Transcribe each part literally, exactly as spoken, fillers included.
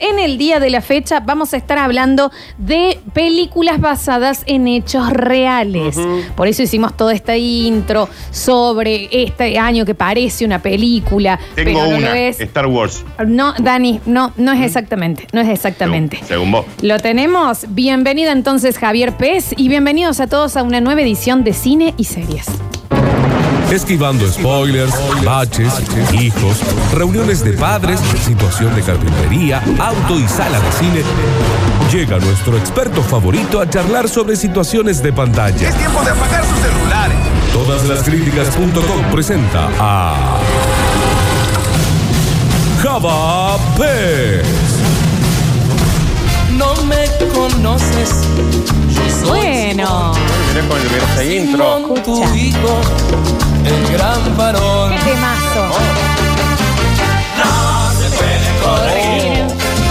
en el día de la fecha vamos a estar hablando de películas basadas en hechos reales. Uh-huh. Por eso hicimos toda esta intro sobre este año que parece una película. Tengo pero no una, lo es. Star Wars. No, Dani, no, no es exactamente, no es exactamente. Según, según vos. Lo tenemos. Bienvenido entonces Javier Pez y bienvenidos a todos a una nueva edición de Cine y Series. Esquivando spoilers, baches, hijos, reuniones de padres, situación de carpintería, auto y sala de cine. Llega nuestro experto favorito a charlar sobre situaciones de pantalla. Es tiempo de apagar sus celulares. Todas las críticas punto com presenta a Java Pez. No me conoces. Bueno. Mira con esa intro. Simón, tu hijo, el gran varón. Qué temazo. No se puede corregir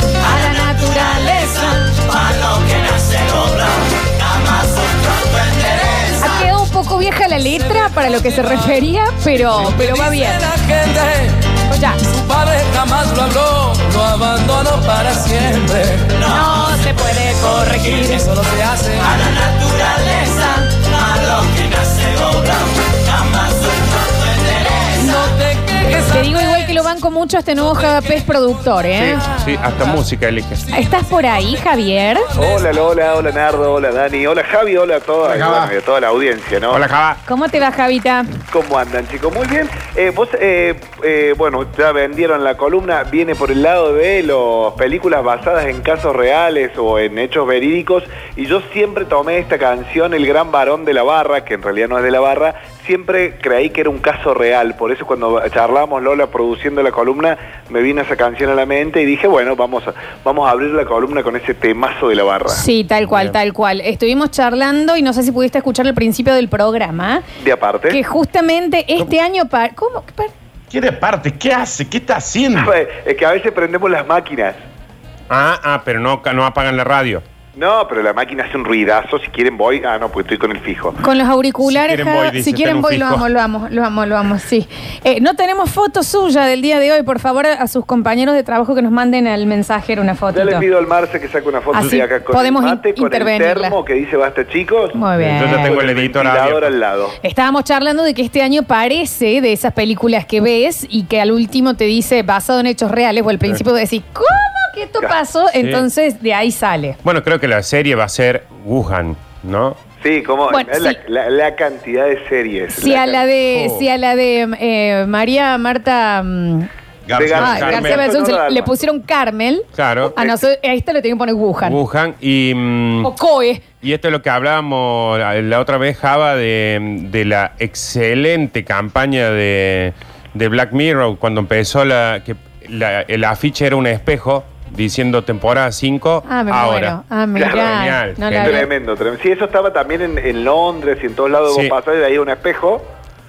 a la naturaleza, a lo que nace obra, jamás otro lo endereza. Ha quedado un poco vieja la letra para lo que se refería, pero, pero va bien. La gente, ya. Su padre jamás lo habló, lo abandonó para siempre. No se puede corregir. Eso no se hace a la naturaleza, a lo que nace obra, jamás otro lo endereza. No te quejes. Te digo igual que lo banco mucho a este nuevo Java Pez productor, ¿eh? Sí, sí, hasta música elige. ¿Estás por ahí, Javier? Hola Lola, hola Nardo, hola Dani, hola Javi, hola a toda, Hola, Java. bueno, toda la audiencia, ¿no? Hola, Java. ¿Cómo te va, Javita? ¿Cómo andan, chicos? Muy bien. Eh, vos, eh, eh, bueno, ya vendieron la columna, viene por el lado de las películas basadas en casos reales o en hechos verídicos, y yo siempre tomé esta canción, El Gran Varón de la Barra, que en realidad no es de la Barra, siempre creí que era un caso real, por eso cuando charlábamos Lola produciendo la columna, me vino esa canción a la mente y dije, bueno, vamos a, vamos a abrir la columna con ese temazo de la Barra. Sí, tal cual, Bien. tal cual. Estuvimos charlando y no sé si pudiste escuchar el principio del programa. De aparte. Que justamente este ¿Cómo? año... Par... ¿Cómo? Par... ¿Qué de aparte? ¿Qué hace? ¿Qué está haciendo? Es que a veces prendemos las máquinas. Ah, ah, pero no, no apagan la radio. No, pero la máquina hace un ruidazo. Si quieren voy... Ah, no, pues estoy con el fijo. Con los auriculares, Si quieren voy, dice, si quieren voy, lo fijo. vamos, lo vamos, lo vamos, lo vamos, sí. Eh, no tenemos foto suya del día de hoy. Por favor, a sus compañeros de trabajo que nos manden al mensajero una foto. Ya le pido al Marce que saque una foto Así de acá con podemos el mate, in- con el intervenirla. termo que dice basta, chicos. Muy bien. Yo ya tengo el editor ventilador abierto. al lado. Estábamos charlando de que este año parece de esas películas que ves y que al último te dice basado en hechos reales, o al principio te decís, ¿cómo que esto pasó? Entonces de ahí sale. Bueno, creo que la serie va a ser Wuhan, ¿no? Sí, como Bueno, la, sí. la- la cantidad de series. Si a la de, Oh. si a la de eh, María Marta mm, García, Gar- ah, Carmen. García Beltrán, Sonora le Alba. pusieron Carmel. Claro. A nosotros, a esta le tienen que poner Wuhan. Wuhan y... mm, O Coe. Y esto es lo que hablábamos la, la otra vez, Java, de, de la excelente campaña de, de Black Mirror, cuando empezó la que la, el afiche era un espejo diciendo temporada cinco, Ah, me ahora. muero. Ah, mirá. Genial, No la genial. vi. Tremendo, tremendo. Sí, eso estaba también en, en Londres y en todos lados. Sí. Vos pasás de ahí a un espejo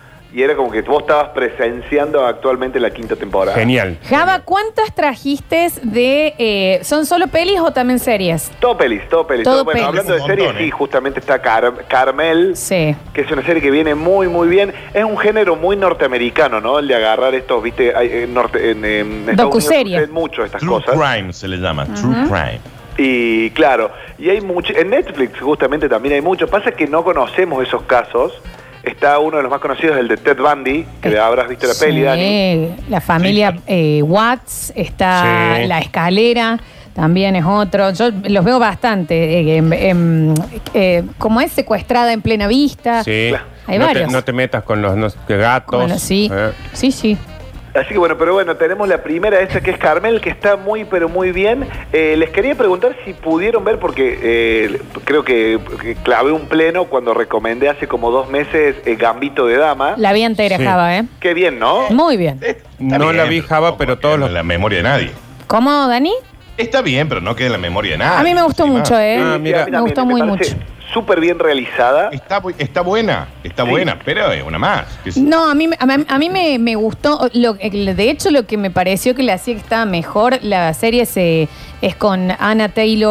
y era como que vos estabas presenciando actualmente la quinta temporada. Genial. Java, ¿cuántas trajiste de... eh, ¿son solo pelis o también series? Todo pelis, todo pelis. Todo todo- bueno, pelis. hablando de Un series, montón, sí, ¿eh? justamente está Car- Carmel, Sí. que es una serie que viene muy, muy bien. Es un género muy norteamericano, ¿no? El de agarrar estos, viste, hay, en, norte, en, en Estados Docuserie. Unidos suceden mucho estas True cosas. crime se le llama, true crime. Y claro, y hay mucho, en Netflix justamente también hay mucho. Pasa que no conocemos esos casos. Está uno de los más conocidos, el de Ted Bundy, que habrás visto la peli, Dani. Sí, la familia eh, Watts, está Sí. La Escalera, también es otro. Yo los veo bastante. eh, em, em, eh, como es secuestrada en plena vista. Sí. Hay no, varios. te, no te metas con los no, que gatos. Bueno, sí, ¿eh? sí, sí. Así que bueno, pero bueno, tenemos la primera, esa que es Carmel, que está muy, pero muy bien. Eh, les quería preguntar si pudieron ver, porque eh, creo que, que clavé un pleno cuando recomendé hace como dos meses eh, Gambito de Dama. La vi entera, Sí. Java, ¿eh? Qué bien, ¿no? Muy bien. Está No bien, la vi, Java, tampoco pero queda todos en los... la memoria de nadie. ¿Cómo, Dani? Está bien, pero no queda en la memoria de nadie. A mí me gustó Sí, mucho, más. ¿eh? Ah, Sí, mira. a mí Me también, gustó muy parece mucho. súper bien realizada. Está, bu- está buena, está Sí. buena, pero es una más. Que es- No, a mí, a mí, a mí me, me gustó. Lo, de hecho, lo que me pareció que le hacía que estaba mejor, la serie se, es con Anna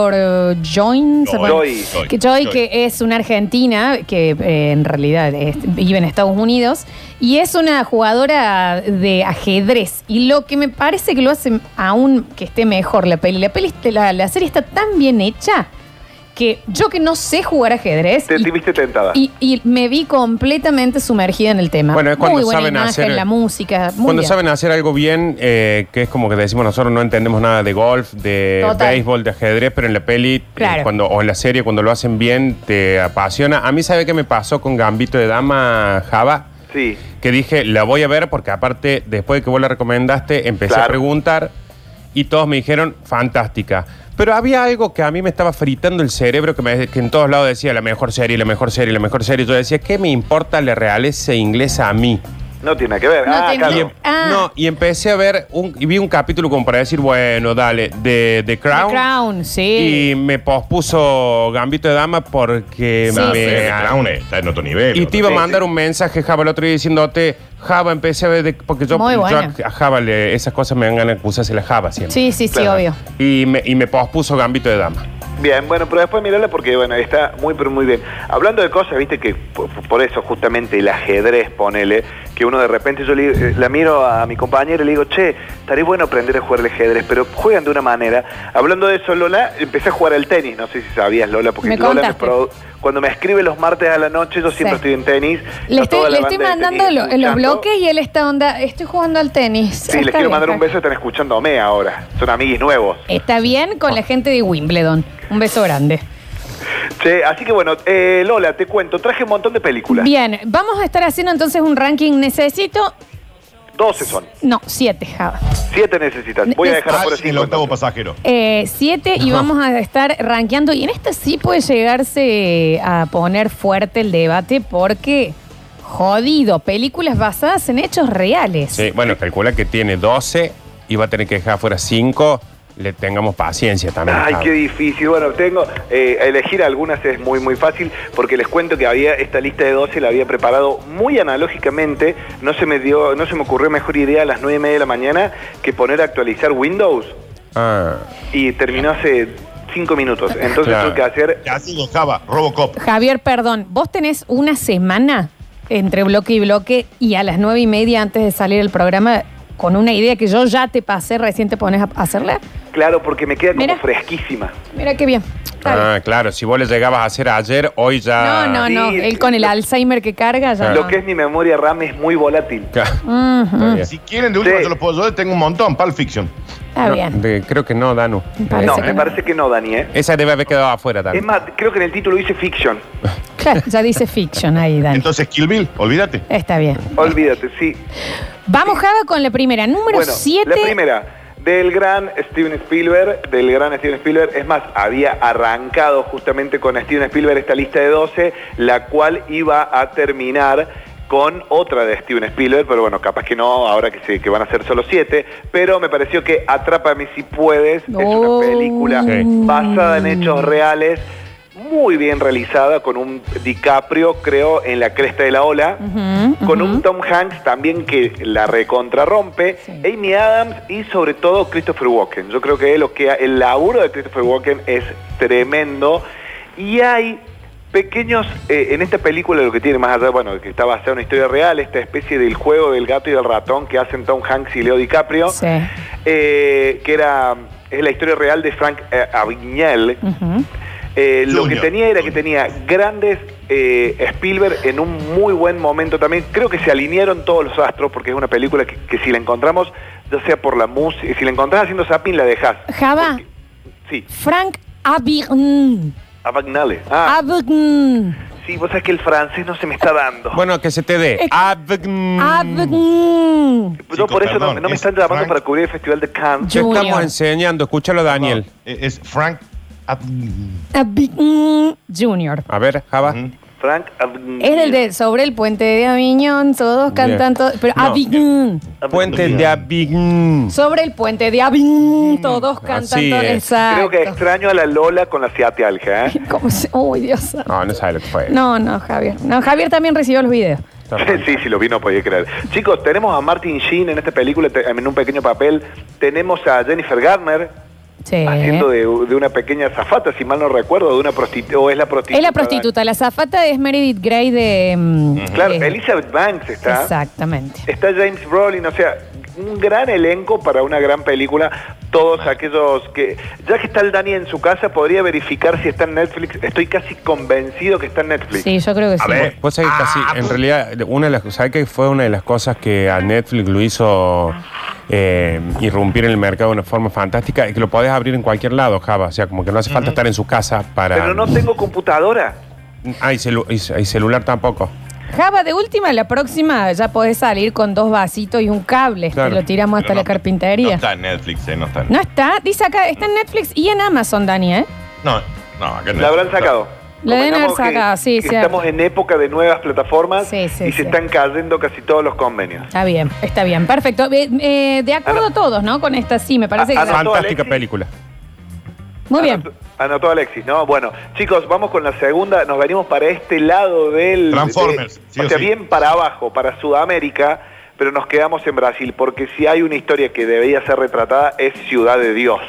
Taylor-Joy. ¿se acuerdan? Joy. Joy. Que Joy, Joy. que es una argentina que eh, en realidad es- vive en Estados Unidos y es una jugadora de ajedrez. Y lo que me parece que lo hace aún que esté mejor la peli. La, peli la, la serie está tan bien hecha que yo que no sé jugar ajedrez Te, y, te viste tentada. y- y me vi completamente sumergida en el tema. Bueno, es cuando muy buena saben imagen, hacer- la música. Muy Cuando bien. saben hacer algo bien, eh, que es como que decimos nosotros no entendemos nada de golf, de Total. béisbol, de ajedrez, pero en la peli eh, Claro. cuando, o en la serie, cuando lo hacen bien, te apasiona. A mí, ¿sabe qué me pasó con Gambito de Dama, Java? Sí. Que dije, la voy a ver porque aparte, después de que vos la recomendaste, empecé Claro. a preguntar y todos me dijeron, fantástica. Pero había algo que a mí me estaba fritando el cerebro, que, me- que en todos lados decía, la mejor serie, la mejor serie, la mejor serie. Yo decía, ¿qué me importa la realeza inglesa a mí? No tiene nada que ver. No ah, tiene- claro. Ah. No, y empecé a ver, un, y vi un capítulo como para decir, bueno, dale, de The The Crown. Crown, sí. Y me pospuso Gambito de Dama porque Sí, me... Sí, The Crown está en otro nivel. Y te iba a Sí, mandar sí. un mensaje, Java, el otro día diciéndote, Java, empecé a ver, de- porque yo, Muy yo buena. a, a Java le- esas cosas me dan ganas de acusarse la Java siempre. Sí, sí, sí, Claro. obvio. Y me, y me pospuso Gambito de Dama. Bien, bueno, pero después mirarla porque, bueno, está muy, pero muy bien. Hablando de cosas, viste que por, por eso justamente el ajedrez, ponele, que uno de repente yo le- eh, la miro a mi compañero y le digo, che, estaría bueno aprender a jugar el ajedrez, pero juegan de una manera. Hablando de eso, Lola, empecé a jugar al tenis, no sé si sabías, Lola, porque Me Lola contaste. produ- cuando me escribe los martes a la noche, yo siempre Sí. estoy en tenis. Le Está estoy, toda la le estoy banda de mandando tenis lo- los escuchando. bloques y él está onda, estoy jugando al tenis. Sí, les Está quiero bien, mandar un está- beso, están escuchándome ahora. Son amiguis nuevos. Está bien con la gente de Wimbledon. Un beso grande. Che, así que bueno, eh, Lola, te cuento, traje un montón de películas. Bien, vamos a estar haciendo entonces un ranking. Necesito. doce son. No, siete, Java. siete necesitas. Voy a dejar Ah, afuera el cinco. octavo entonces. pasajero. Eh, siete y vamos a estar rankeando. Y en esta sí puede llegarse a poner fuerte el debate porque, jodido, películas basadas en hechos reales. Sí, bueno, calcula que tiene doce y va a tener que dejar afuera cinco. Le tengamos paciencia también. Ay, Java. qué difícil. Bueno, tengo, eh, elegir algunas es muy, muy fácil porque les cuento que había esta lista de doce, la había preparado muy analógicamente. No se me dio, no se me ocurrió mejor idea a las nueve y media de la mañana que poner a actualizar Windows Ah, y terminó hace cinco minutos. Entonces Claro. tuve que hacer. Ya sigo, Java, Robocop. Javier, perdón, vos tenés una semana entre bloque y bloque y a las nueve y media antes de salir el programa con una idea que yo ya te pasé, recién te pones a hacerla. Claro, porque me queda como Mira. fresquísima. Mira qué bien. Está bien. ah, claro, si vos le llegabas a hacer ayer, hoy ya... No, no, no. Sí, Él con el lo- Alzheimer que carga ya. Lo no. que es mi memoria RAM es muy volátil. Claro. Ujú. Está bien. Si quieren, de última, Sí. yo los puedo ayudar. Tengo un montón. Pulp Fiction. Está No, bien. de- creo que no, Danu. Me parece No, que me no. parece que no, Dani, ¿eh? Esa debe haber quedado afuera Es también. más, creo que en el título dice fiction. Claro, ya dice fiction ahí, Dani. Entonces, Kill Bill, olvídate. Está bien. Olvídate, sí. Vamos, Java, con la primera. Número Bueno, siete. la primera, del gran Steven Spielberg, del gran Steven Spielberg, es más, había arrancado justamente con Steven Spielberg esta lista de doce, la cual iba a terminar con otra de Steven Spielberg, pero bueno, capaz que no, ahora que, se, que van a ser solo siete, pero me pareció que Atrápame si puedes, es Oh. una película Sí. basada en hechos reales, muy bien realizada, con un DiCaprio, creo, en la cresta de la ola, Ujú, con ujú. un Tom Hanks también que la recontrarrompe, Sí. Amy Adams y sobre todo Christopher Walken. Yo creo que, lo que el laburo de Christopher Walken es tremendo y hay pequeños, eh, en esta película lo que tiene más allá, bueno, que está basada en una historia real, esta especie del juego del gato y del ratón que hacen Tom Hanks y Leo DiCaprio, Sí. eh, que era, es la historia real de Frank eh, Abagnale. Ujú. Eh, lo Junior. que tenía era que tenía grandes eh, Spielberg en un muy buen momento también. Creo que se alinearon todos los astros porque es una película que, que si la encontramos, ya sea por la música, si la encontrás haciendo zapping, la dejás. Java. Porque- sí, Frank Abagnale. Abagnale. Ah, Abagnale. sí, vos sabés que el francés no se me está dando. Bueno, que se te dé. Es- Abgn. Abagnale. Yo Chicos, por eso no, perdón, no me es están llamando Frank- para cubrir el Festival de Cannes. Te Junior. estamos enseñando. Escúchalo, Daniel. No, es Frank. Ab- Abagnale Junior. A ver, Java. Ujú. Frank Avignon. Es el de sobre el puente de Aviñón, todos Bien. cantando. Pero No. Avignon. Puente de Avignon. Sobre el puente de Aviñón, todos cantando. Así es. Exacto. Creo que extraño a la Lola con la ciatialgia, ¿eh? ¿Cómo se- Uy, Dios santo. No, no sabe lo que fue. No, no, Javier. No, Javier también recibió los videos. Sí, sí, lo vi, no podía creer. Chicos, tenemos a Martin Sheen en esta película, te- en un pequeño papel. Tenemos a Jennifer Garner Sí. haciendo de, de una pequeña azafata, si mal no recuerdo, de una prostituta, o es la prostituta. Es la prostituta. La zafata es Meredith Grey de. mm, Claro, eh, Elizabeth Banks está. Exactamente. Está James Brolin, o sea, un gran elenco para una gran película. Todos aquellos que... Ya que está el Dani en su casa, podría verificar si está en Netflix. Estoy casi convencido que está en Netflix. Sí, yo creo que A sí. ver, vos sabés que casi, en realidad, una de las, ¿sabés que fue una de las cosas que a Netflix lo hizo eh, irrumpir en el mercado de una forma fantástica? Es que lo podés abrir en cualquier lado, Java. O sea, como que no hace falta estar en su casa para... Pero no tengo computadora. Ah, y, celu- y- y celular tampoco. Java, de última, la próxima ya podés salir con dos vasitos y un cable. Claro. Te lo tiramos hasta Pero la no- carpintería. No está en Netflix, ¿eh? No está en... No está, dice acá, está en Netflix y en Amazon, Dani, ¿eh? No, no, acá en La Netflix habrán está. sacado. La deben haber Convengamos que- sacado, sí, que sí. Estamos en época de nuevas plataformas Sí, sí, y sí. se están cayendo casi todos los convenios. Está bien, está bien, perfecto. Eh, eh, de acuerdo todos, ¿no? Con esta sí, me parece Ah, que... ah, no. Fantástica Alexis? película. Muy bien. Anotó, anotó Alexis, ¿no? Bueno, chicos, vamos con la segunda. Nos venimos para este lado del... Transformers, de- sí o o sea, sí. bien para abajo, para Sudamérica, pero nos quedamos en Brasil, porque si hay una historia que debería ser retratada es Ciudad de Dios.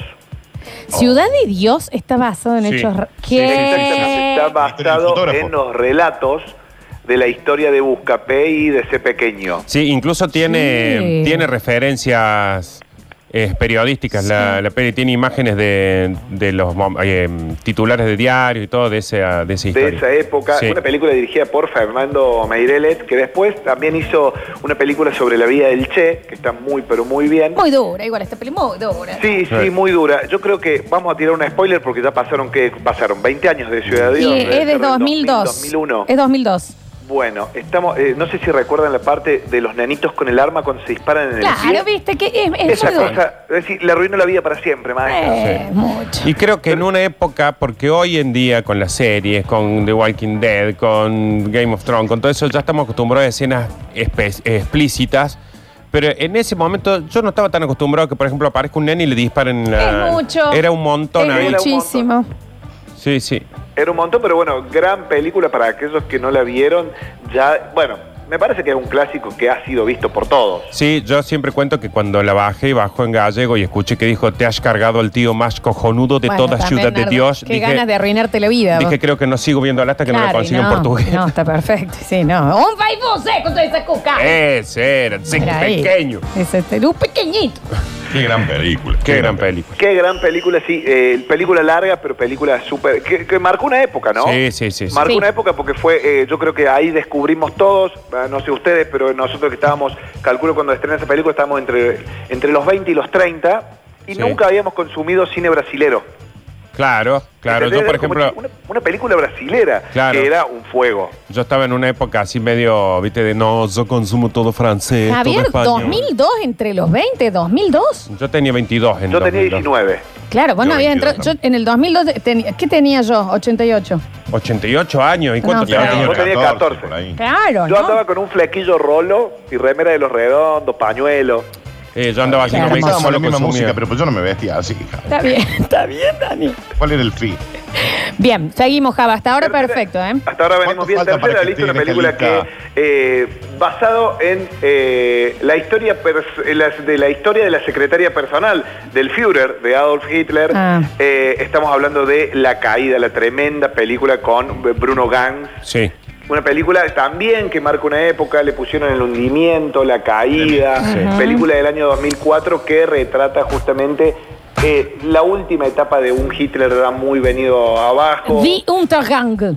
Ciudad de Dios está basado en Sí. hechos... re- Sí, ¿Qué? sí, sí, Exactamente, está Historia del basado fotógrafo. en los relatos de la historia de Buscapé y de ese pequeño. Sí, incluso tiene, Sí. tiene referencias eh, periodísticas. La, la peli tiene imágenes de, de los mom- eh, titulares de diario y todo de, ese, de esa De historia. esa época, Sí. una película dirigida por Fernando Meireles, que después también hizo una película sobre la vida del Che, que está muy pero muy bien. Muy dura, igual esta peli, muy dura. Sí, sí, Sí. muy dura. Yo creo que vamos a tirar un spoiler porque ya pasaron, ¿qué? Pasaron veinte años de Ciudad de Y Dios. es debe de ser del dos mil dos. dos mil uno. Es dos mil dos. Bueno, estamos, eh, no sé si recuerdan la parte de los nenitos con el arma cuando se disparan en el Claro, pie. viste que es, es Esa muy dura. cosa, es decir, le arruinó la vida para siempre, maestro. Eh, mucho. Y creo que en una época, porque hoy en día con las series, con The Walking Dead, con Game of Thrones, con todo eso, ya estamos acostumbrados a escenas espe- explícitas. Pero en ese momento yo no estaba tan acostumbrado que, por ejemplo, aparezca un nene y le disparen en la... Es mucho. Era un montón Es ahí. Era un muchísimo. Sí, sí. Era un montón, pero bueno, gran película para aquellos que no la vieron. Ya, bueno, me parece que es un clásico que ha sido visto por todos. Sí, yo siempre cuento que cuando la bajé y bajó en gallego y escuché que dijo, te has cargado al tío más cojonudo de Bueno, toda también, Ciudad de Nardo, Dios. Qué ganas de arruinarte la vida. dije, vos. creo que no sigo viendo hasta que no la Claro, consiga no, en portugués. No, está perfecto. Sí, no. Un Facebook con toda esa cuca. Ese era, ese Era ahí. pequeño. Ese, este, un pequeñito. Qué gran película. Qué gran película. Qué gran película, sí. eh, película larga, pero película súper... Que, que marcó una época, ¿no? Sí, sí, sí, sí. Marcó Sí. una época porque fue, eh, yo creo que ahí descubrimos todos, ah, no sé ustedes, pero nosotros que estábamos, calculo cuando estrené esa película, estábamos entre, entre los veinte y los treinta y Sí. nunca habíamos consumido cine brasilero. Claro, claro. ¿Entendés? Yo, por Era como ejemplo, Una, una película brasilera Claro. que era un fuego. yo estaba en una época así medio, viste, de no, yo consumo todo francés, Javier, todo español. dos mil dos, entre los veinte, dos mil dos. Yo tenía veintidós en Yo tenía dos mil dos. diecinueve. Claro, vos Yo no habías veintidós entrado. Yo en el dos mil dos, tenía, ¿qué tenía yo? ochenta y ocho. ochenta y ocho años. ¿Y cuánto No, te claro. tenía? Vos tenías catorce. por ahí. Claro, Yo ¿no? andaba con un flequillo rolo y remera de los redondos, pañuelo. Eh, yo andaba haciendo Claro, make-up, Estábamos solo la misma consumía. música, pero pues yo no me vestía así, hija. Está bien, está bien, Dani. ¿Cuál era el fin? Bien, seguimos, Java. Hasta ahora Tercera- perfecto, ¿eh? Hasta ahora venimos ¿Cuánto bien. falta para Tercera que lista, una esté en película esta que, lista? eh, basado en eh, la historia pers- en las- de la historia de la secretaria personal del Führer, de Adolf Hitler. Ah. Eh, estamos hablando de La Caída, la tremenda película con Bruno Ganz. Sí. Una película también que marca una época, le pusieron el hundimiento, la caída, Sí. película del año dos mil cuatro que retrata justamente eh, la última etapa de un Hitler ya muy venido abajo. Die Untergang.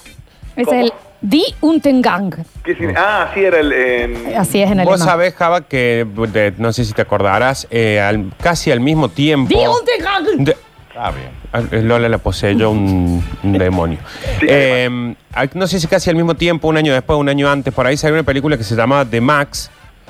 Es ¿Cómo? el Die Untergang. ¿Qué signi- ah, sí, era el... en- Así es en alemán. Vos sabés, Java, que de- no sé si te acordarás, eh, al- casi al mismo tiempo. Die Untergang. de- Ah, bien. Ah, Lola la poseyó un, un demonio. Sí, Eh, ah, no sé si casi al mismo tiempo, un año después, un año antes, por ahí salió una película que se llamaba The Max,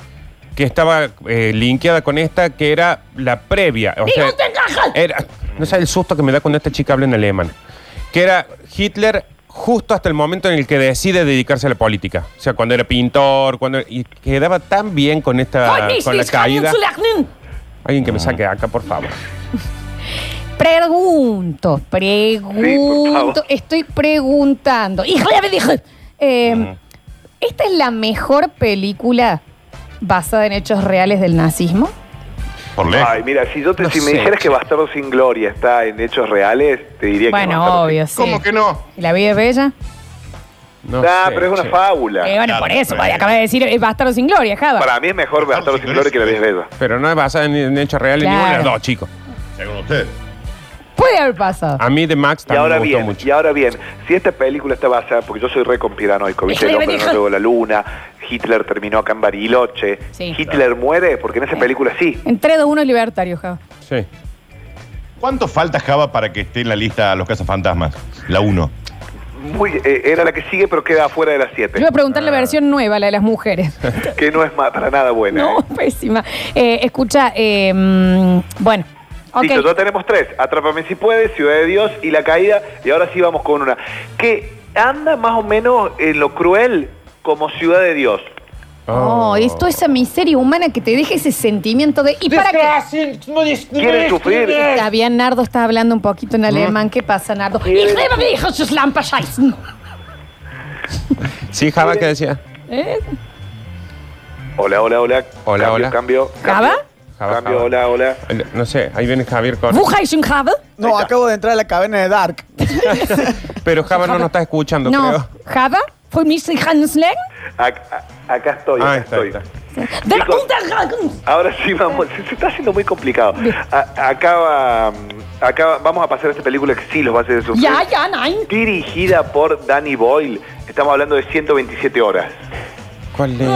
que estaba eh, linkeada con esta, que era la previa. O sea, era, no sé el susto que me da cuando esta chica habla en alemán. Que era Hitler justo hasta el momento en el que decide dedicarse a la política. O sea, cuando era pintor, cuando y quedaba tan bien con esta con la caída. Alguien que me saque acá, por favor. Pregunto, pregunto, Sí, estoy preguntando. Hijo, ya me dije. Eh, Ujú. ¿Esta es la mejor película basada en hechos reales del nazismo? Por lejos. Ay, mira, si, yo te, No si me sé, dijeras que che. Bastardo sin Gloria está en hechos reales, te diría que Bueno, Bastardo sin- obvio, sí. ¿Cómo que no? ¿Y la vida es bella? No Ah, sé, pero es una che. fábula. Eh, bueno, Claro, por eso, pero- porque acabas de decir es Bastardo sin Gloria, Java. Para mí es mejor Bastardo sin Gloria que la vida es bella. Pero no es basada en, en hechos reales Claro. ninguna de las dos, chicos. Según usted. Puede haber pasado. A mí de Max Y también ahora me gustó bien, mucho. y ahora bien, si esta película está basada, porque yo soy re conspiranoico, ¿viste? El Hijo de hombre no hijo. llegó a la luna, Hitler terminó acá en Bariloche, Sí. Hitler muere porque en esa película sí. En tres, dos, uno libertario, Java. Sí. ¿Cuánto falta Java para que esté en la lista Los Cazafantasmas? La uno. Muy, eh, era la que sigue, pero queda afuera de las Yo siete. iba a preguntar la versión nueva, la de las mujeres. Que no es ma- para nada buena. No, ¿eh? pésima. Eh, escucha, eh, mm, bueno, ok. Listo, ya tenemos tres. Atrápame si puedes, Ciudad de Dios y La Caída. Y ahora sí vamos con una. Que anda más o menos en lo cruel como Ciudad de Dios. Oh, es toda esa miseria humana que te deja ese sentimiento de... ¿Y para qué? ¿Quieren sufrir? Está bien, Nardo está hablando un poquito en alemán. ¿Qué pasa, Nardo? ¿Quieren? Sí, Java, ¿qué decía? ¿Eh? Hola, hola, hola. Hola, cambio, hola. Cambio, ¿Java? cambio. Java, Cambio, Java. hola, hola. El- No sé, ahí viene Javier con... ¿Wo heißt ein Java? No, acabo de entrar a la caverna de Dark. Pero Java no nos está escuchando, No, creo. Java? ¿Fue mister Hanslen? Acá, acá estoy, acá Ah, está, estoy. está. Der Chicos. Untergang. Ahora sí vamos, se, se está haciendo muy complicado. A- acá, va, acá vamos a pasar a esta película que sí los va a hacer sufrir. Ya, ya, nein. Dirigida por Danny Boyle. Estamos hablando de ciento veintisiete horas. ¿Cuál es?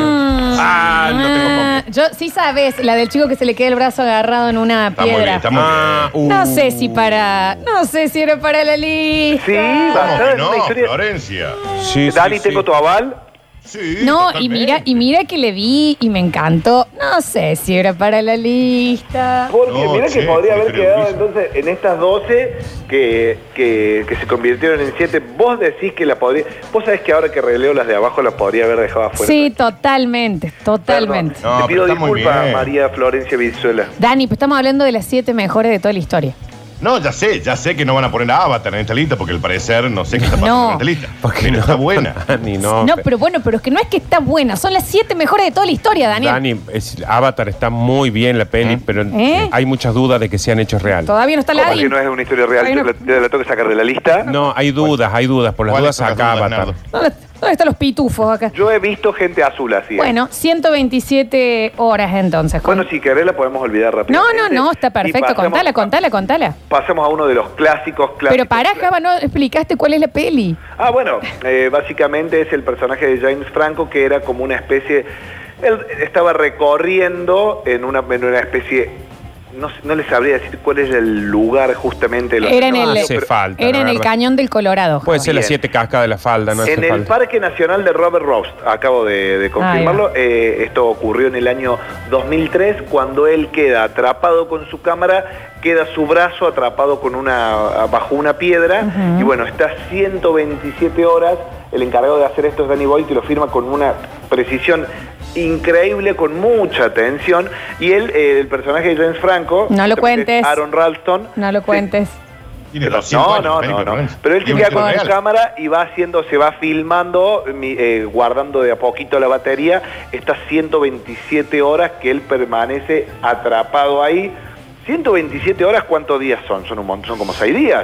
Ah, no tengo Ah, cómo. yo sí sabes, la del chico que se le queda el brazo agarrado en una Está muy bien, piedra. está muy Ah, bien. uh. No sé si para. No sé si era para la lista. Sí, ¿Cómo basada que en no, una historia. Florencia? Sí, sí, Dani, sí. tengo tu aval. Sí, No, y totalmente. mira, y mira que le vi y me encantó. No sé si era para la lista. Porque No, mira que che, podría haber creo quedado que- entonces en estas doce que, que, que se convirtieron en siete. Vos decís que la podría. Vos sabés que ahora que releo las de abajo las podría haber dejado afuera. Sí, totalmente, totalmente. Perdón. No, Te pido pero está muy disculpas, bien. María Florencia Vizuela. Dani, pues estamos hablando de las siete mejores de toda la historia. No, ya sé, ya sé que no van a poner a Avatar en esta lista porque al parecer no sé qué está pasando No. en esta lista. Porque Pero no está buena. Dani, no. No, pero bueno, pero es que no es que está buena, son las siete mejores de toda la historia, Daniel. Dani, es- Avatar está muy bien la peli, pero ¿Eh? hay muchas dudas de que sean hechos reales. Todavía no está la ¿Cómo que Adi. no es una historia real? Ay, no. ¿Te la, te la tengo que sacar de la lista? No, hay dudas, hay dudas. Por las ¿Cuáles dudas son las saca dudas, Avatar. Nardo? ¿Dónde, dónde están los pitufos acá? Yo he visto gente azul así. ¿eh? Bueno, ciento veintisiete horas entonces. Bueno, si querés la podemos olvidar no, rápidamente. no, no, está Y perfecto. pasemos- Contala, contala, contala. Pasemos a uno de los clásicos, clásicos. Pero pará, clásicos. Java, no explicaste cuál es la peli. Ah, bueno, eh, básicamente es el personaje de James Franco que era como una especie. Él estaba recorriendo en una, en una especie. No, sé- no les sabría decir cuál es el lugar justamente. de los- Era en no, el, hace pero- falta. era la en el verdad. cañón del Colorado. Puede Java. ser las Bien. siete cascas de la falda, no hace En el falta. Parque Nacional de Robert Roast, acabo de, de confirmarlo, eh, esto ocurrió en el año dos mil tres, cuando él queda atrapado con su cámara, queda su brazo atrapado con una, bajo una piedra, y bueno, está ciento veintisiete horas, el encargado de hacer esto es Danny Boyle, que lo firma con una precisión increíble, con mucha atención, y él, eh, el personaje de James Franco, No lo justamente cuentes. Aaron Ralston, No lo se- cuentes. Tiene pero doscientos no, años, no, película, no, no. Florencia. Pero él se Y queda una con su historia real. cámara y va haciendo, se va filmando, mi- eh, guardando de a poquito la batería, estas ciento veintisiete horas que él permanece atrapado ahí. ciento veintisiete horas, ¿cuántos días son? Son un montón, son como seis días.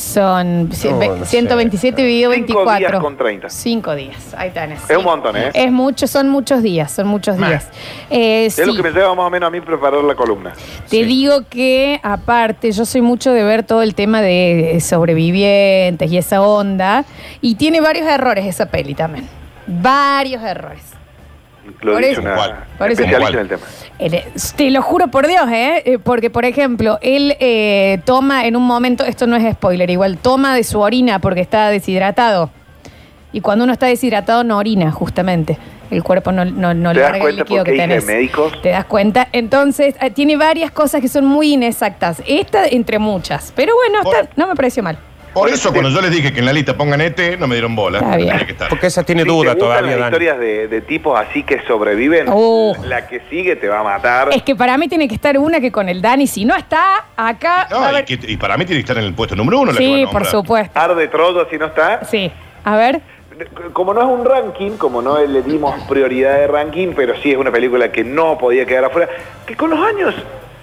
Son ci- No, ve- no sé. ciento veintisiete dividido Cinco veinticuatro. días con treinta. Cinco días. Ahí tenés. Es un montón, ¿eh? Es mucho, son muchos días, son muchos Más. días. Eh, Es sí. lo que me lleva más o menos a mí preparar la columna. Te digo que, aparte, yo soy mucho de ver todo el tema de sobrevivientes y esa onda. Y tiene varios errores esa peli también. Varios errores. Lo Por dice eso- una ¿Cuál? por eso- especialista ¿Cuál? en el tema. Él- Te lo juro por Dios, ¿eh? Eh, Porque, por ejemplo, él eh, toma en un momento, esto no es spoiler, igual toma de su orina porque está deshidratado. Y cuando uno está deshidratado no orina, justamente. El cuerpo no, no, no ¿Te das larga el cuenta líquido por qué que hija de tenés. médicos? ¿Te das cuenta? Entonces, eh, tiene varias cosas que son muy inexactas. Esta entre muchas. Pero bueno, Por- está- no me pareció mal. Por eso, cuando yo les dije que en la lista pongan E T, no me dieron bola. Está bien. Tenía que estar. Porque esa tiene Si duda te gustan todavía, las Dani. historias de, de tipos así que sobreviven, Oh. la que sigue te va a matar. Es que para mí tiene que estar una que con el Dani, si no está acá. No, a y, ver. que- y para mí tiene que estar en el puesto número uno. La que Sí, voy a por nombrar. supuesto. Arde Troya si no está. Sí. A ver. Como no es un ranking, como no le dimos prioridad de ranking, pero sí es una película que no podía quedar afuera, que con los años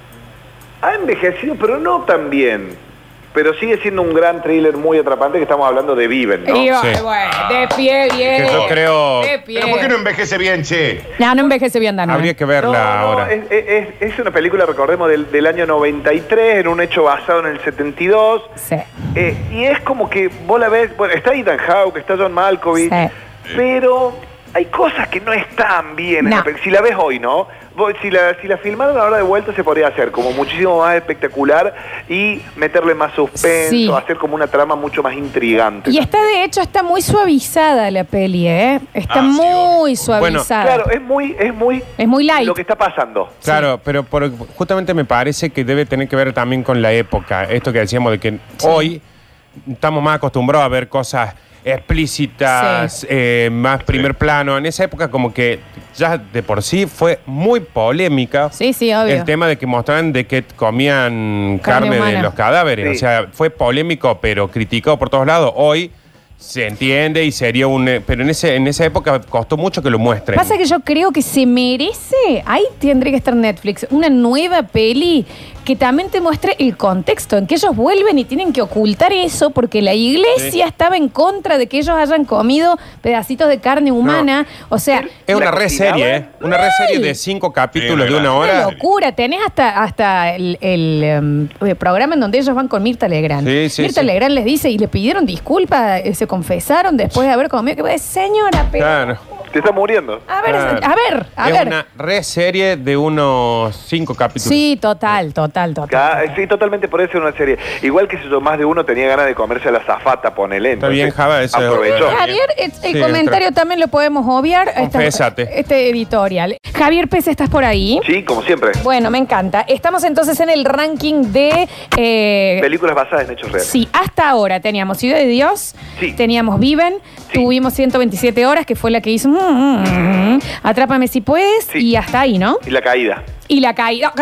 ha envejecido, pero no tan bien. Pero sigue siendo un gran thriller muy atrapante, que estamos hablando de Viven, ¿no? Y bueno, Sí. bueno, de pie bien. Que yo creo- De pie. Pero ¿por qué no envejece bien, che? No, no envejece bien, Dani. Habría que verla No, no, ahora. es, es- es una película, recordemos, del, del año noventa y tres, en un hecho basado en el setenta y dos. Sí. Eh, y es como que vos la ves, bueno, está Ethan Hawke, está John Malkovich, Sí. pero hay cosas que no están bien. en No. la pe- Si la ves hoy, ¿no? Vos, Si la, si la filmaron ahora de vuelta se podría hacer como muchísimo más espectacular y meterle más suspenso, Sí. hacer como una trama mucho más intrigante. Y está, de hecho, está muy suavizada la peli, ¿eh? Está Ah, sí, muy obvio. suavizada. Claro, es muy, es muy, Es muy light. lo que está pasando. Claro, pero por- justamente me parece que debe tener que ver también con la época. Esto que decíamos de que hoy estamos más acostumbrados a ver cosas explícitas, Sí. eh, más primer plano. En esa época como que ya de por sí fue muy polémica. Sí, sí, obvio. El tema de que mostraban de que comían Carne carne, humana. de los cadáveres. Sí. O sea, fue polémico, pero criticado por todos lados. Hoy se entiende y sería un... eh, Pero en, ese, en esa época costó mucho que lo muestren. Pasa que yo creo que se merece, ahí tendría que estar Netflix, una nueva peli que también te muestre el contexto en que ellos vuelven y tienen que ocultar eso porque la iglesia Sí. estaba en contra de que ellos hayan comido pedacitos de carne humana. O sea, Es una ¿La re cocinaban? serie, ¿eh? Una re serie de cinco capítulos Sí, de una una una hora. locura. Tenés hasta, hasta el, el, um, programa en donde ellos van con Mirta Legrand. Sí, sí, Mirta sí. Legrand les dice y le pidieron disculpas, eh, se confesaron después de haber comido. Que, señora, pero... Claro. Te está muriendo. A ver, Claro. a ver, a es ver. una re serie de unos cinco capítulos. Sí, total, total, total. Ca- Sí, totalmente, por eso es una serie. Igual que si yo, más de uno tenía ganas de comerse a la zafata, ponele. Está bien, entonces, Java, eso es- aprovechó. Javier, el, el Sí, comentario entra. también lo podemos obviar. Esta- Confésate. Este editorial. Javier Pérez, ¿estás por ahí? Sí, como siempre. Bueno, me encanta. Estamos entonces en el ranking de... eh, Películas basadas en hechos reales. sí, hasta ahora teníamos Ciudad de Dios, Sí. teníamos Viven, Sí. tuvimos ciento veintisiete horas, que fue la que hizo mm, mm, mm, Atrápame si puedes, Sí. y hasta ahí, ¿no? Y la caída. Y la caída.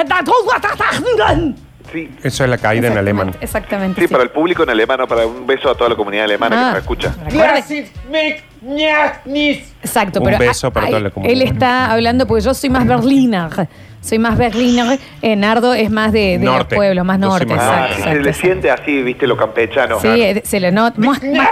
Sí. Eso es la caída en alemán. Exactamente. Sí, para el público en alemán, ¿no? Para un beso a toda la comunidad alemana Ah. que nos escucha. Exacto, Un pero beso a- para ahí- toda la comunidad. él está hablando porque yo soy más berliner. Soy más berliner. Eh, Nardo es más de, de los Norte. pueblos, más Yo soy norte. más Ah, Exacto, sí, exacto, se le exacto. siente así, viste, lo campechano. Sí, eh, se le nota.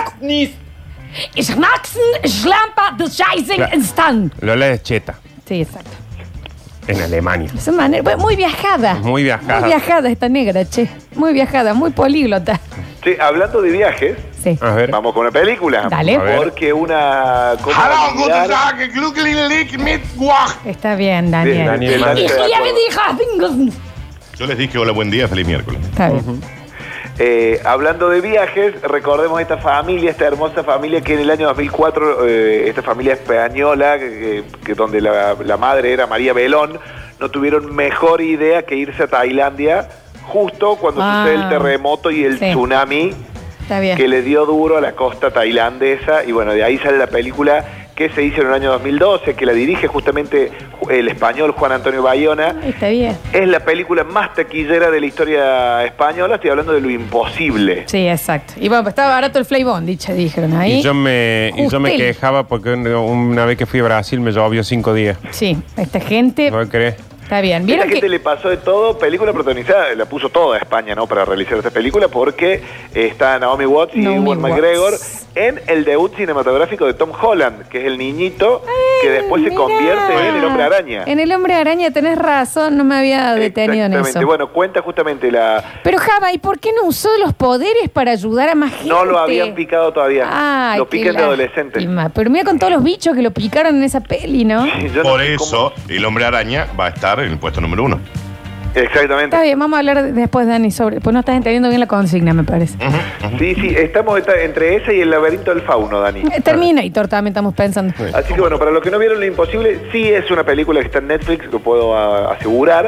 Ich maxen Schlamper des Scheißen Claro. Instant. Lola es cheta, Sí, exacto. en Alemania. Esa manera, bueno, muy viajada. Muy viajada. Muy viajada esta negra, che. Muy viajada, muy políglota. Sí, hablando de viajes, Sí. A ver. vamos con una película. Dale. A ver. Porque una... Hallo, guten comunidad- Tag, glücklich Mittwoch. Está bien, Bien, Daniel. Daniel, Daniel, Ich de liebe acuerdo. dich. Yo les dije hola, buen día, feliz miércoles. Está bien. Eh, hablando de viajes, recordemos esta familia, esta hermosa familia que en el año dos mil cuatro, eh, esta familia española, que, que donde la, la madre era María Belón, no tuvieron mejor idea que irse a Tailandia justo cuando Ah. sucede el terremoto y el Sí. tsunami Está bien. que le dio duro a la costa tailandesa. Y bueno, de ahí sale la película que se hizo en el año dos mil doce, que la dirige justamente el español Juan Antonio Bayona. Está bien. Es la película más taquillera de la historia española. Estoy hablando de Lo Imposible. Sí, exacto. Y bueno, pues estaba barato el Flavón, dicho, dijeron ahí. Y yo me, y yo me Justel. quejaba porque una una vez que fui a Brasil me llovió cinco días. Sí, esta gente. ¿No crees? Está bien. A esta ¿Vieron gente que le pasó de todo, película protagonizada, la puso toda España, ¿no? Para realizar esta película, porque eh, está Naomi Watts y Naomi Ewan Watts. McGregor en el debut cinematográfico de Tom Holland, que es el niñito que después se Mirá. convierte en el Hombre Araña. En el Hombre Araña, tenés razón, no me había detenido en Exactamente. eso. Bueno, cuenta justamente la... Pero Java, ¿y por qué no usó los poderes para ayudar a más gente? No lo habían picado todavía. Ay, lo qué pican de adolescente. lástima. Pero mira con todos los bichos que lo picaron en esa peli, ¿no? Sí, yo no Por sé eso, el hombre araña va a estar en el puesto número uno. cómo- Exactamente. Está bien, vamos a hablar después, Dani, sobre... Pues no estás entendiendo bien la consigna, me parece. Sí, sí, estamos esta- entre ese y el laberinto del fauno, Dani. Eh, Terminator también estamos pensando. Así que bueno, para los que no vieron Lo Imposible, sí es una película que está en Netflix, lo puedo a- asegurar.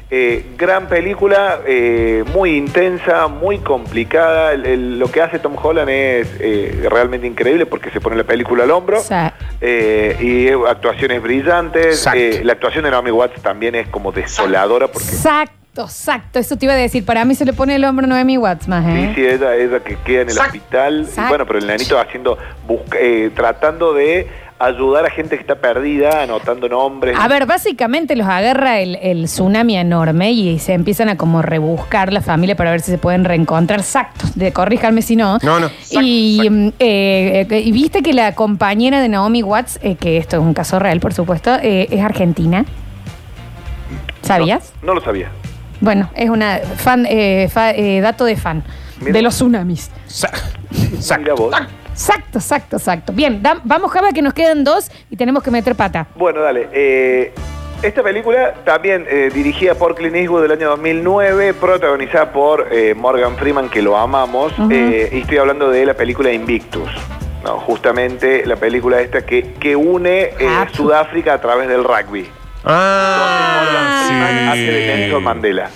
Eh, gran película, eh, muy intensa, muy complicada. El, el, lo que hace Tom Holland es eh, realmente increíble porque se pone la película al hombro. Sí. Eh, y actuaciones brillantes. Eh, la actuación de Naomi Watts también es como desoladora porque... Exacto, exacto. Eso te iba a decir. Para mí se le pone el hombro a Naomi Watts más, ¿eh? Sí, sí, ella, ella que queda en el Exacto. hospital. Exacto. Y bueno, pero el nenito haciendo, busca, eh, tratando de ayudar a gente que está perdida, anotando nombres. A ver, básicamente los agarra el, el tsunami enorme y se empiezan a como rebuscar la familia para ver si se pueden reencontrar. Exacto, de corríjanme si no. No, no. Y, mm, eh, eh, y viste que la compañera de Naomi Watts, eh, que esto es un caso real, por supuesto, eh, es argentina. ¿Sabías? No, no lo sabía. Bueno, es una fan, eh, fa- eh, dato de fan Mira. de los tsunamis. Mira vos. Exacto, exacto, exacto. Bien, da- vamos, Java, que nos quedan dos y tenemos que meter pata. Bueno, dale. Eh, esta película también eh, dirigida por Clint Eastwood del año dos mil nueve, protagonizada por eh, Morgan Freeman, que lo amamos. Ujú. eh, y estoy hablando de la película Invictus. No, justamente la película esta que, que une eh, Ah, Sudáfrica a través del rugby. Ah, Freeman hace de Nelson sí. Mandela.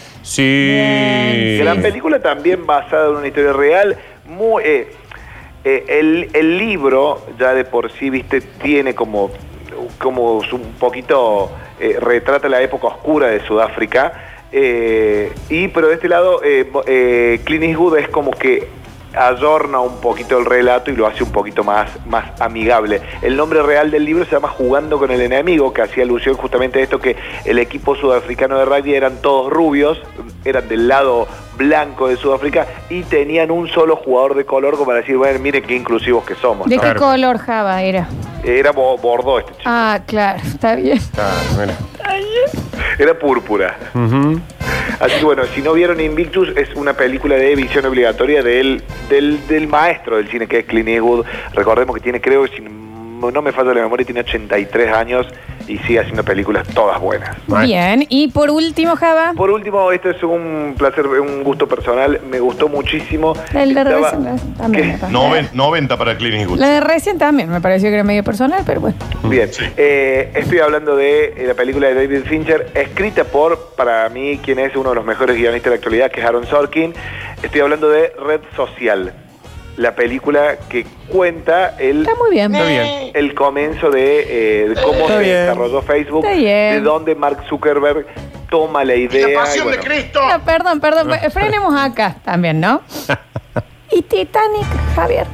Sí. Gran película también basada en una historia real. Muy, eh, eh, el, el libro ya de por sí, viste, tiene como, como un poquito, eh, retrata la época oscura de Sudáfrica. Eh, y pero de este lado, eh, eh, Clint Eastwood es como que adorna un poquito el relato y lo hace un poquito más, más amigable. El nombre real del libro se llama Jugando con el enemigo, que hacía alusión justamente a esto, que el equipo sudafricano de rugby eran todos rubios, eran del lado blanco de Sudáfrica y tenían un solo jugador de color como para decir, bueno, miren qué inclusivos que somos. ¿De ¿no? qué Claro. color, Java, era? Era bo- bordó este chico, Ah, claro, está bien. Ah, bueno. era púrpura. Ujú. Así que bueno, si no vieron Invictus, es una película de visión obligatoria del, del, del maestro del cine, que es Clint Eastwood. Recordemos que tiene, creo que si no me falla la memoria, tiene ochenta y tres años y sigue haciendo películas todas buenas. Bien, y por último, Java, Por último, esto es un placer, un gusto personal, me gustó muchísimo. el de Estaba- recién también. ¿Qué? me parece. Noven- noventa para Clint Eastwood. La de recién también, me pareció que era medio personal, pero bueno. Bien, eh, estoy hablando de eh, la película de David Fincher, escrita por, para mí, quien es uno de los mejores guionistas de la actualidad, que es Aaron Sorkin. Estoy hablando de Red Social, la película que cuenta el, Está muy bien. Está bien. el comienzo de, eh, de cómo Está se bien. desarrolló Facebook, Está bien. de dónde Mark Zuckerberg toma la idea. La pasión y de bueno, Cristo. No, perdón, perdón, pe- frenemos acá también, ¿no? ¿Y Titanic, Javier?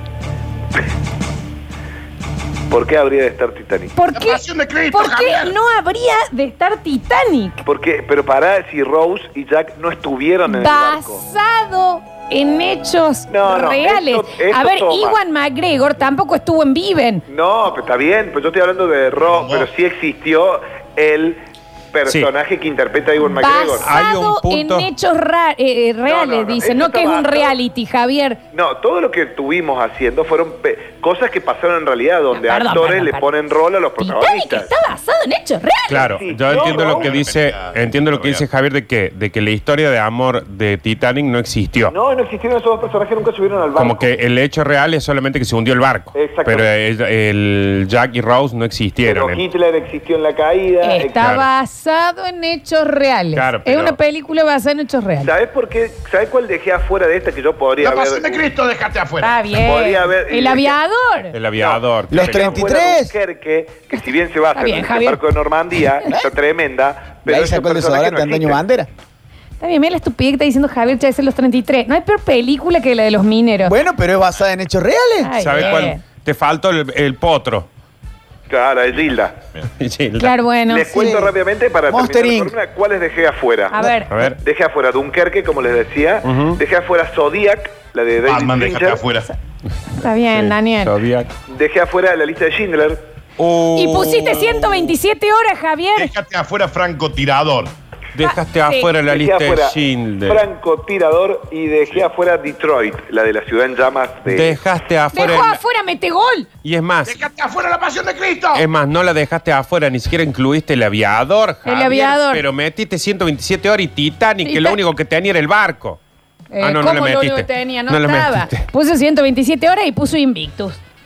¿Por qué habría de estar Titanic? ¿Por La qué, pasión de Cristo, ¿por qué Javier. no habría de estar Titanic? Porque, pero para si Rose y Jack no estuvieron en el barco. Basado en hechos No, no, reales. esto- esto A ver, toma. Iwan McGregor tampoco estuvo en Viven. No, pero está bien, pues yo estoy hablando de Rose, No. pero sí existió el personaje que interpreta a Iwan McGregor. Hay Basado un punto- en hechos ra- eh, eh, reales, no, no, dice. esto No está que es un basado- reality, Javier. No, todo lo que estuvimos haciendo fueron pe- cosas que pasaron en realidad, donde Perdón, actores perdón, le perdón. ponen rol a los Titanic protagonistas. está basado en hechos reales. Claro, Sí, yo no, entiendo no, lo que una dice, pendejada. entiendo lo que Real. dice Javier de que, de que la historia de amor de Titanic no existió. No, no existieron esos dos personajes, nunca subieron al barco. Como que el hecho real es solamente que se hundió el barco. Exactamente. Pero el, el Jack y Rose no existieron. Pero Hitler existió en la caída. Está Claro. basado en hechos reales. Claro, Es pero- una película basada en hechos reales. ¿Sabes por qué? ¿Sabes cuál dejé afuera de esta que yo podría La pasión de haber? Cristo, déjate afuera. Está bien. Podría haber- El aviador. El aviador. Los Qué treinta y película. tres. Dunkerque, que si bien se basa Está bien, en el Javier. barco de Normandía, está tremenda, De pero ahí ese sacó el personaje desodorante no Antonio existe. Bandera. Está bien, mira la estupidez que está diciendo Javier Chávez en los treinta y tres. No hay peor película que la de los mineros. Bueno, pero es basada en hechos reales. Ay, ¿Sabes bien. cuál? Te faltó el, el potro. Claro, es Gilda. Sí, la- Claro, bueno. Les cuento Sí. rápidamente para Monster terminar la Inc. columna, cuáles dejé afuera. A ver. A ver. Dejé afuera Dunkerque, como les decía. Ujú. Dejé afuera Zodiac, la de David Batman, déjate Fincher. afuera. Está bien, Sí, Daniel. Zodiac. Dejé afuera la lista de Schindler. Uh, Y pusiste ciento veintisiete horas, Javier. Déjate afuera, francotirador. Dejaste Ah, sí. afuera la Dejé lista de afuera Schindler. Francotirador y dejé afuera Detroit, la de la ciudad en llamas de... Dejaste afuera. Dejó el- afuera, mete gol. Y es más, Déjate afuera la pasión de Cristo. es más, no la dejaste afuera, ni siquiera incluiste el aviador, Javier, aviador. Pero metiste ciento veintisiete horas y Titanic, que Tita- lo único que tenía era el barco. Eh, ah, no, no ¿cómo la lo único metiste. que tenía? No, No la estaba. metiste. Puso ciento veintisiete horas y puso Invictus.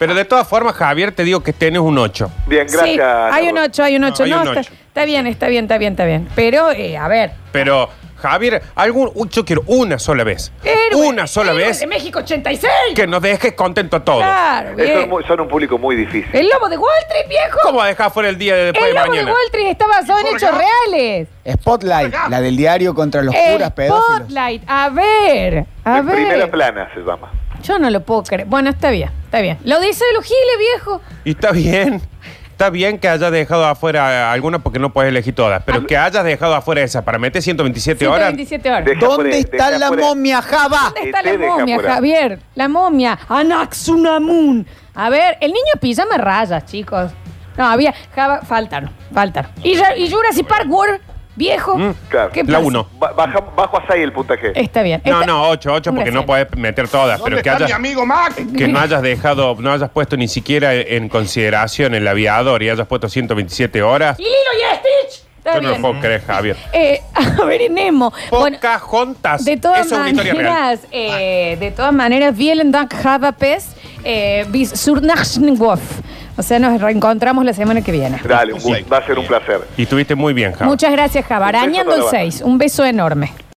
Pero de todas formas, Javier, te digo que tenés un ocho. Bien, gracias. Sí, hay un ocho, hay un ocho. hay No, un está, ocho. está bien, está bien, está bien, está bien. Pero, eh, a ver. Pero, Javier, algún, yo quiero una sola vez. Héroe, una sola héroe vez de México ochenta y seis. que nos dejes contento a todos. Claro, Eh, bien. son, muy- son un público muy difícil. El lobo de Wall Street, viejo. ¿Cómo va a dejar fuera el día de después El de lobo de mañana? Wall Street está basado en hechos reales. Spotlight, la del diario contra los curas pedófilos. Spotlight, a ver, a En primera ver. plana se llama. Yo no lo puedo creer. Bueno, está bien, está bien. Lo dice de los giles, viejo. Y está bien. Está bien que hayas dejado afuera alguna porque no puedes elegir todas. Pero que hayas dejado afuera esa para meter ciento veintisiete horas. ciento veintisiete horas. Deja ¿Dónde fuera- está deja la fuera- momia, Java? ¿Dónde está Este la deja momia, fuera. Javier? La momia. Anaxunamun. A ver, el niño pijama rayas, chicos. No, había. Java, faltan, faltan. Y, Ra- y Jurassic Park World, viejo. Mm, claro. ¿Qué La pasa? uno. Ba- baja- bajo a seis el puntaje. Está bien. No, Está- no, ocho, ocho, Un porque no decente. puedes meter todas. ¿Dónde Pero que, está mi hayas, amigo Mac? que no hayas dejado, no hayas puesto ni siquiera en consideración el aviador y hayas puesto ciento veintisiete horas. Y Lilo y Stitch. Está Yo no lo bien. puedo creer, Javier. Eh, a ver, Nemo. Bueno, Pocahontas. de todas Eso es una historia real. maneras, eh, de todas maneras, Vielen Dank Javapes, eh, bis zur nächsten Woche. O sea, nos reencontramos la semana que viene. Dale, un gusto. Va a ser un placer. Y estuviste muy bien, Javier. Muchas gracias, Java. Un beso Arañando a el toda la seis. Un beso enorme.